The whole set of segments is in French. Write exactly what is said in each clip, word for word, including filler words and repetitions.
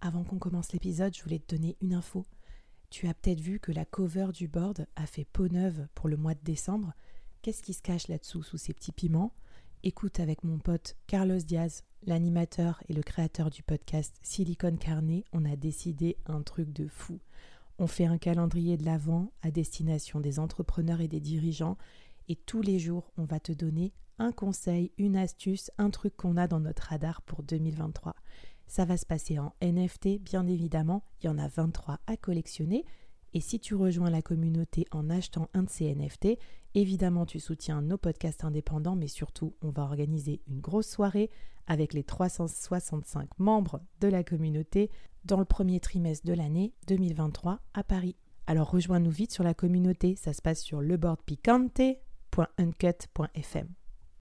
Avant qu'on commence l'épisode, je voulais te donner une info. Tu as peut-être vu que la cover du board a fait peau neuve pour le mois de décembre. Qu'est-ce qui se cache là-dessous, sous ces petits piments ? Écoute avec mon pote Carlos Diaz, l'animateur et le créateur du podcast Silicon Carnet, on a décidé un truc de fou. On fait un calendrier de l'Avent à destination des entrepreneurs et des dirigeants et tous les jours, on va te donner un conseil, une astuce, un truc qu'on a dans notre radar pour deux mille vingt-trois. Ça va se passer en N F T, bien évidemment, il y en a vingt-trois à collectionner. Et si tu rejoins la communauté en achetant un de ces N F T, évidemment tu soutiens nos podcasts indépendants, mais surtout on va organiser une grosse soirée avec les trois cent soixante-cinq membres de la communauté dans le premier trimestre de l'année deux mille vingt-trois à Paris. Alors rejoins-nous vite sur la communauté, ça se passe sur leboardpicante point uncut point f m.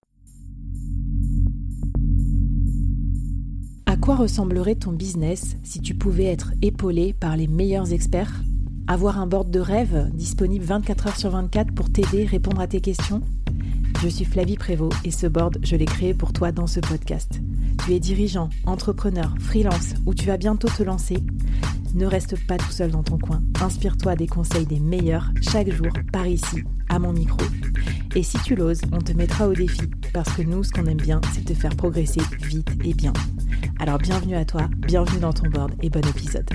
À quoi ressemblerait ton business si tu pouvais être épaulé par les meilleurs experts ? Avoir un board de rêve disponible vingt-quatre heures sur vingt-quatre pour t'aider, répondre à tes questions ? Je suis Flavie Prévost et ce board, je l'ai créé pour toi dans ce podcast. Tu es dirigeant, entrepreneur, freelance ou tu vas bientôt te lancer ? Ne reste pas tout seul dans ton coin. Inspire-toi des conseils des meilleurs chaque jour par ici, à mon micro. Et si tu l'oses, on te mettra au défi parce que nous, ce qu'on aime bien, c'est te faire progresser vite et bien. Alors bienvenue à toi, bienvenue dans ton board et bon épisode.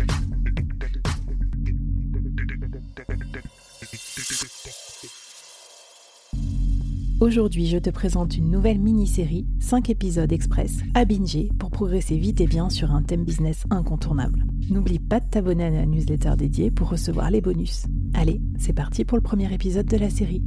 Aujourd'hui, je te présente une nouvelle mini-série, cinq épisodes express à binger pour progresser vite et bien sur un thème business incontournable. N'oublie pas de t'abonner à la newsletter dédiée pour recevoir les bonus. Allez, c'est parti pour le premier épisode de la série.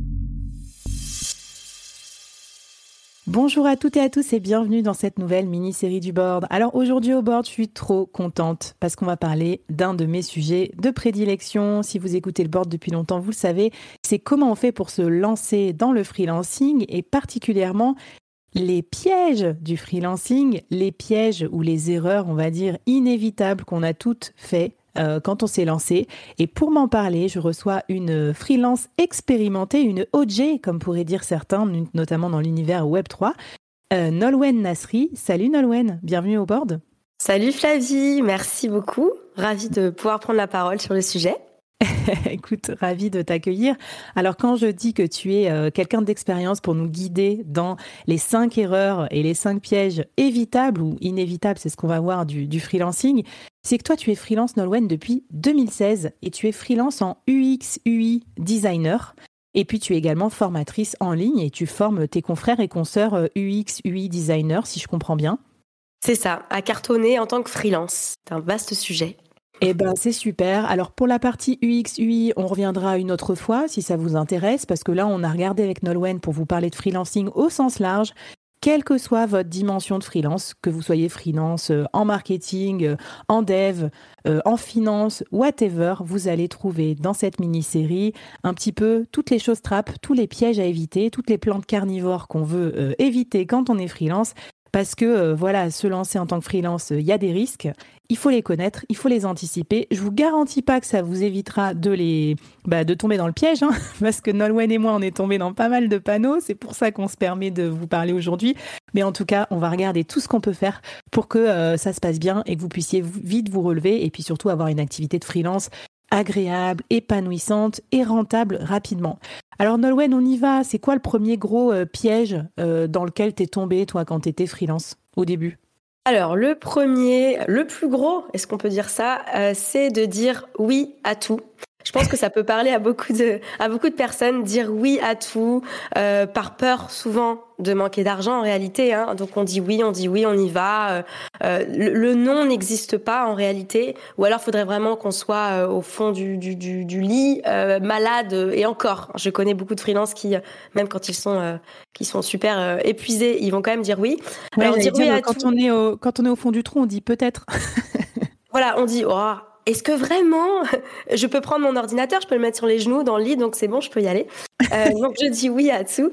Bonjour à toutes et à tous et bienvenue dans cette nouvelle mini-série du board. Alors aujourd'hui au board, je suis trop contente parce qu'on va parler d'un de mes sujets de prédilection. Si vous écoutez le board depuis longtemps, vous le savez, c'est comment on fait pour se lancer dans le freelancing et particulièrement les pièges du freelancing, les pièges ou les erreurs, on va dire, inévitables qu'on a toutes fait euh, quand on s'est lancé. Et pour m'en parler, je reçois une freelance expérimentée, une O G, comme pourraient dire certains, notamment dans l'univers web trois, euh, Nolwenn Nasri. Salut Nolwenn, bienvenue au board. Salut Flavie, merci beaucoup. Ravie de pouvoir prendre la parole sur le sujet. Écoute, ravie de t'accueillir. Alors quand je dis que tu es euh, quelqu'un d'expérience pour nous guider dans les cinq erreurs et les cinq pièges évitables ou inévitables, c'est ce qu'on va voir du, du freelancing, c'est que toi tu es freelance Nolwenn depuis deux mille seize et tu es freelance en U X U I designer. Et puis tu es également formatrice en ligne et tu formes tes confrères et consoeurs U X U I designer, si je comprends bien. C'est ça, à cartonner en tant que freelance. C'est un vaste sujet. Eh ben, c'est super. Alors, pour la partie U X U I, on reviendra une autre fois, si ça vous intéresse, parce que là, on a regardé avec Nolwenn pour vous parler de freelancing au sens large, quelle que soit votre dimension de freelance, que vous soyez freelance euh, en marketing, euh, en dev, euh, en finance, whatever, vous allez trouver dans cette mini-série un petit peu toutes les choses trappes, tous les pièges à éviter, toutes les plantes carnivores qu'on veut euh, éviter quand on est freelance. Parce que, euh, voilà, se lancer en tant que freelance, il euh, y a des risques. Il faut les connaître, il faut les anticiper. Je vous garantis pas que ça vous évitera de les, bah, de tomber dans le piège, hein, parce que Nolwenn et moi, on est tombés dans pas mal de panneaux. C'est pour ça qu'on se permet de vous parler aujourd'hui. Mais en tout cas, on va regarder tout ce qu'on peut faire pour que euh, ça se passe bien et que vous puissiez vite vous relever et puis surtout avoir une activité de freelance agréable, épanouissante et rentable rapidement. Alors Nolwenn, on y va. C'est quoi le premier gros euh, piège euh, dans lequel t'es tombée, toi, quand t'étais freelance, au début ? Alors, le premier, le plus gros, est-ce qu'on peut dire ça, euh, c'est de dire oui à tout. Je pense que ça peut parler à beaucoup de, à beaucoup de personnes, dire oui à tout, euh, par peur souvent de manquer d'argent en réalité. Hein. Donc on dit oui, on dit oui, on y va. Euh, le, le non n'existe pas en réalité. Ou alors il faudrait vraiment qu'on soit euh, au fond du, du, du, du lit, euh, malade. Et encore, je connais beaucoup de freelances qui, même quand ils sont, euh, qui sont super euh, épuisés, ils vont quand même dire oui. Ouais, alors dire dire, oui à quand tout. On est au, quand on est au fond du trou, on dit peut-être. Voilà, on dit oh. Est-ce que vraiment, je peux prendre mon ordinateur, je peux le mettre sur les genoux dans le lit, donc c'est bon, je peux y aller. Euh, donc je dis oui à tout.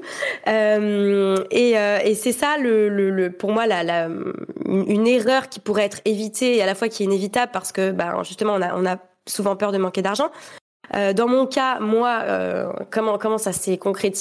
Euh, et, euh, et c'est ça, le, le, le, pour moi, la, la, une erreur qui pourrait être évitée et à la fois qui est inévitable parce que, ben, justement, on a, on a souvent peur de manquer d'argent. Euh, dans mon cas, moi, euh, comment, comment ça s'est concrétisé ?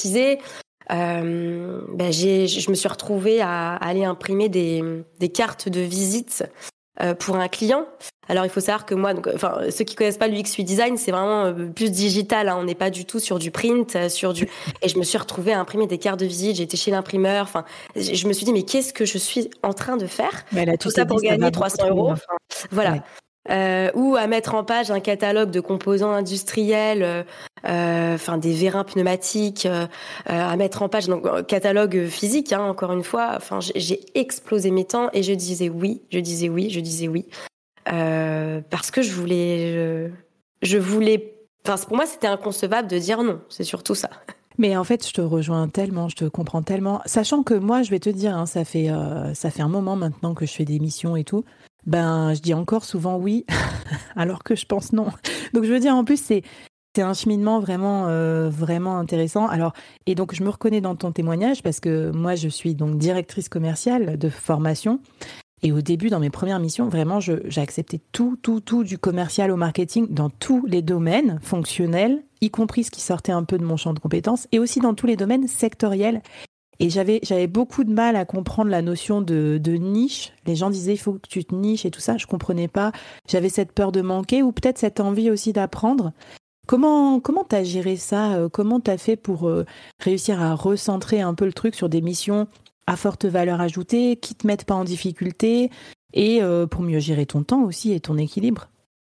Euh, ben j'ai, je me suis retrouvée à, à aller imprimer des, des cartes de visite euh, pour un client. Alors il faut savoir que moi, donc, enfin ceux qui connaissent pas l'U X U I design, c'est vraiment euh, plus digital. Hein. On n'est pas du tout sur du print, euh, sur du. Et je me suis retrouvée à imprimer des cartes de visite. J'étais chez l'imprimeur. Enfin, je me suis dit mais qu'est-ce que je suis en train de faire? Mais là, Tout ça pour dit, ça gagner trois cents euros. Enfin, voilà. Ouais. Euh, ou à mettre en page un catalogue de composants industriels, euh, euh, enfin des vérins pneumatiques, euh, euh, à mettre en page donc catalogue physique, hein, encore une fois. Enfin, j'ai, j'ai explosé mes temps et je disais oui, je disais oui, je disais oui, euh, parce que je voulais, je, je voulais. Enfin, pour moi, c'était inconcevable de dire non. C'est surtout ça. Mais en fait, je te rejoins tellement, je te comprends tellement. Sachant que moi, je vais te dire, hein, ça fait euh, ça fait un moment maintenant que je fais des missions et tout. Ben, je dis encore souvent oui, alors que je pense non. Donc, je veux dire, en plus, c'est c'est un cheminement vraiment euh, vraiment intéressant. Alors, et donc, je me reconnais dans ton témoignage parce que moi, je suis donc directrice commerciale de formation. Et au début, dans mes premières missions, vraiment, je, j'ai accepté tout, tout, tout, du commercial au marketing, dans tous les domaines fonctionnels, y compris ce qui sortait un peu de mon champ de compétences, et aussi dans tous les domaines sectoriels. Et j'avais, j'avais beaucoup de mal à comprendre la notion de, de niche. Les gens disaient, il faut que tu te niches et tout ça. Je comprenais pas. J'avais cette peur de manquer ou peut-être cette envie aussi d'apprendre. Comment comment t'as géré ça? Comment t'as fait pour euh, réussir à recentrer un peu le truc sur des missions à forte valeur ajoutée, qui te mettent pas en difficulté et euh, pour mieux gérer ton temps aussi et ton équilibre?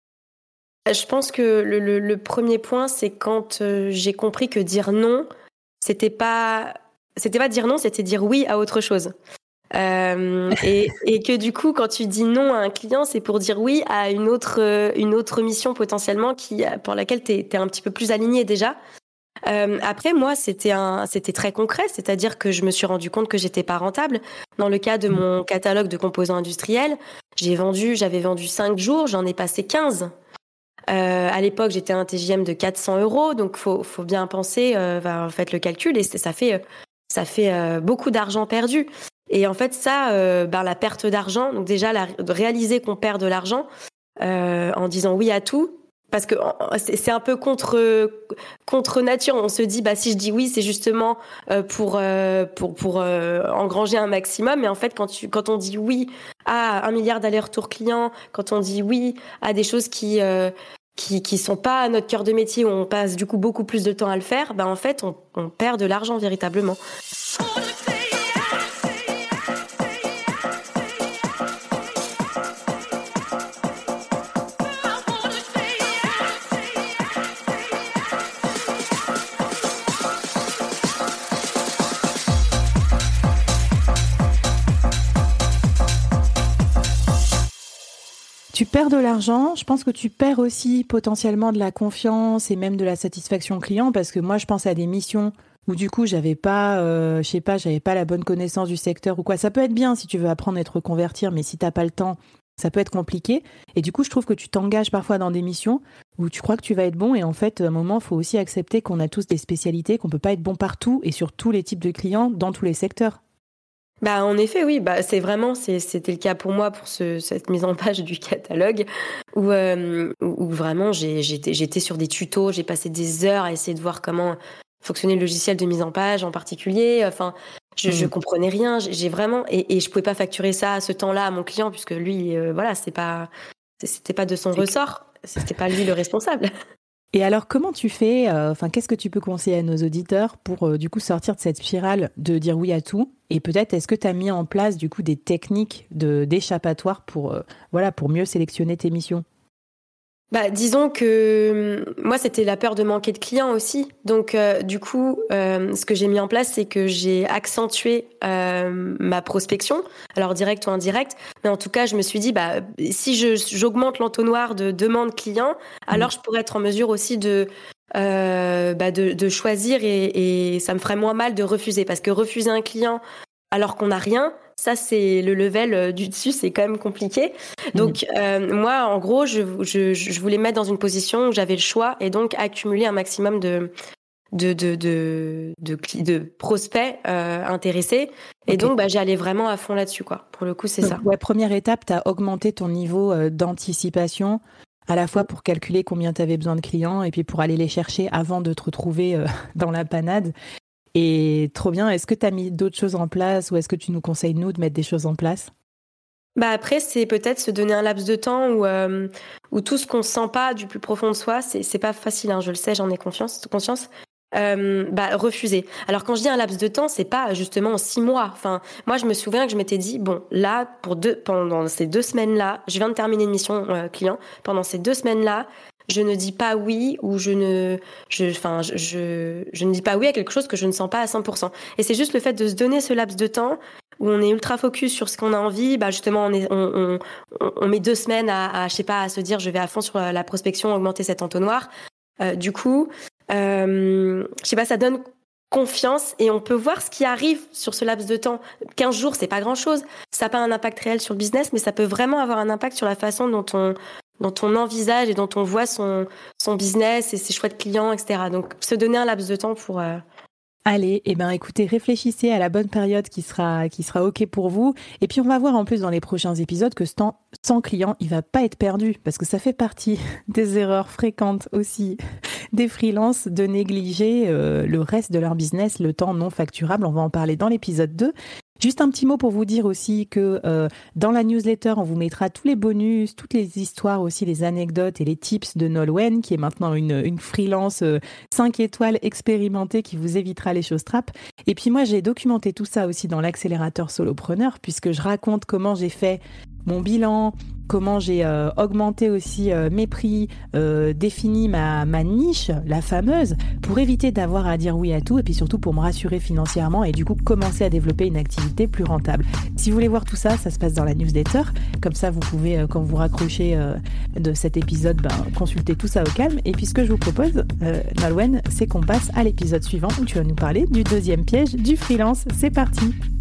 Je pense que le, le, le premier point, c'est quand euh, j'ai compris que dire non, c'était pas c'était pas dire non, c'était dire oui à autre chose. Euh, et, et que du coup, quand tu dis non à un client, c'est pour dire oui à une autre, euh, une autre mission potentiellement qui, pour laquelle tu es un petit peu plus aligné déjà. Euh, après, moi, c'était un, c'était très concret, c'est-à-dire que je me suis rendu compte que j'étais pas rentable. Dans le cas de mon catalogue de composants industriels, j'ai vendu, j'avais vendu cinq jours, j'en ai passé quinze. Euh, à l'époque, j'étais à un T J M de quatre cents euros, donc faut, faut bien penser, euh, bah, faites le calcul, et ça fait, ça fait euh, beaucoup d'argent perdu. Et en fait, ça, euh, bah, la perte d'argent, donc déjà, la, de réaliser qu'on perd de l'argent euh, en disant oui à tout, parce que c'est, c'est un peu contre contre nature. On se dit, bah si je dis oui, c'est justement euh, pour euh, pour pour euh, engranger un maximum. Mais en fait, quand tu quand on dit oui à un milliard d'allers-retours clients, quand on dit oui à des choses qui euh, qui qui sont pas à notre cœur de métier, où on passe du coup beaucoup plus de temps à le faire, bah en fait, on, on perd de l'argent véritablement. Tu perds de l'argent, je pense que tu perds aussi potentiellement de la confiance et même de la satisfaction client parce que moi je pense à des missions où du coup j'avais pas, euh, je sais pas, j'avais pas la bonne connaissance du secteur ou quoi. Ça peut être bien si tu veux apprendre et te reconvertir, mais si t'as pas le temps, ça peut être compliqué. Et du coup je trouve que tu t'engages parfois dans des missions où tu crois que tu vas être bon et en fait à un moment il faut aussi accepter qu'on a tous des spécialités, qu'on peut pas être bon partout et sur tous les types de clients dans tous les secteurs. Bah en effet oui, bah c'est vraiment c'est c'était le cas pour moi pour ce cette mise en page du catalogue où euh, où vraiment j'ai j'étais j'étais sur des tutos, j'ai passé des heures à essayer de voir comment fonctionnait le logiciel de mise en page en particulier, enfin je mmh. je comprenais rien, j'ai vraiment et et je pouvais pas facturer ça à ce temps-là à mon client puisque lui euh, voilà, c'est pas c'était pas de son c'est ressort, c'était pas lui le responsable. Et alors, comment tu fais, euh, enfin, qu'est-ce que tu peux conseiller à nos auditeurs pour, euh, du coup, sortir de cette spirale de dire oui à tout? Et peut-être, est-ce que tu as mis en place, du coup, des techniques de, d'échappatoire pour, euh, voilà, pour mieux sélectionner tes missions? Bah, disons que moi, c'était la peur de manquer de clients aussi. Donc, euh, du coup, euh, ce que j'ai mis en place, c'est que j'ai accentué euh, ma prospection, alors direct ou indirect. Mais en tout cas, je me suis dit, bah, si je, j'augmente l'entonnoir de demandes clients, alors mmh. je pourrais être en mesure aussi de, euh, bah, de, de choisir et, et ça me ferait moins mal de refuser. Parce que refuser un client alors qu'on n'a rien, ça, c'est le level du dessus, c'est quand même compliqué. Donc, mmh. euh, moi, en gros, je, je, je voulais mettre dans une position où j'avais le choix et donc accumuler un maximum de, de, de, de, de, de prospects euh, intéressés. Et okay. donc, bah, j'allais vraiment à fond là-dessus, quoi. Pour le coup, c'est donc, ça. Ouais, première étape, tu as augmenté ton niveau euh, d'anticipation, à la fois pour calculer combien tu avais besoin de clients et puis pour aller les chercher avant de te retrouver euh, dans la panade. Et trop bien, est-ce que tu as mis d'autres choses en place ou est-ce que tu nous conseilles, nous, de mettre des choses en place? Bah après, c'est peut-être se donner un laps de temps où, euh, où tout ce qu'on sent pas du plus profond de soi, c'est, c'est pas facile, hein, je le sais, j'en ai confiance, conscience. Euh, bah refuser. Alors quand je dis un laps de temps, c'est pas justement six mois. Enfin, moi je me souviens que je m'étais dit bon là pour deux pendant ces deux semaines là, je viens de terminer une mission euh, client. Pendant ces deux semaines là, je ne dis pas oui ou je ne, je, enfin je, je, je ne dis pas oui à quelque chose que je ne sens pas à cent pour cent. Et c'est juste le fait de se donner ce laps de temps où on est ultra focus sur ce qu'on a envie. Bah justement on est, on, on, on met deux semaines à, à je sais pas à se dire je vais à fond sur la prospection, augmenter cet entonnoir. Euh, du coup. Euh, je sais pas, ça donne confiance et on peut voir ce qui arrive sur ce laps de temps. quinze jours, c'est pas grand chose. Ça n'a pas un impact réel sur le business, mais ça peut vraiment avoir un impact sur la façon dont on, dont on envisage et dont on voit son, son business et ses choix de clients, et cetera. Donc, se donner un laps de temps pour... Euh... Allez, eh ben, écoutez, réfléchissez à la bonne période qui sera, qui sera OK pour vous. Et puis, on va voir en plus dans les prochains épisodes que ce temps sans client, il va pas être perdu parce que ça fait partie des erreurs fréquentes aussi des freelances de négliger euh, le reste de leur business, le temps non facturable. On va en parler dans l'épisode deux. Juste un petit mot pour vous dire aussi que euh, dans la newsletter, on vous mettra tous les bonus, toutes les histoires aussi, les anecdotes et les tips de Nolwenn, qui est maintenant une, une freelance euh, cinq étoiles expérimentée qui vous évitera les choses trappes. Et puis moi, j'ai documenté tout ça aussi dans l'accélérateur solopreneur, puisque je raconte comment j'ai fait mon bilan, comment j'ai euh, augmenté aussi euh, mes prix, euh, défini ma, ma niche, la fameuse, pour éviter d'avoir à dire oui à tout et puis surtout pour me rassurer financièrement et du coup commencer à développer une activité plus rentable. Si vous voulez voir tout ça, ça se passe dans la newsletter. Comme ça, vous pouvez, euh, quand vous raccrochez euh, de cet épisode, ben, consulter tout ça au calme. Et puis ce que je vous propose, euh, Nolwenn, c'est qu'on passe à l'épisode suivant où tu vas nous parler du deuxième piège du freelance. C'est parti!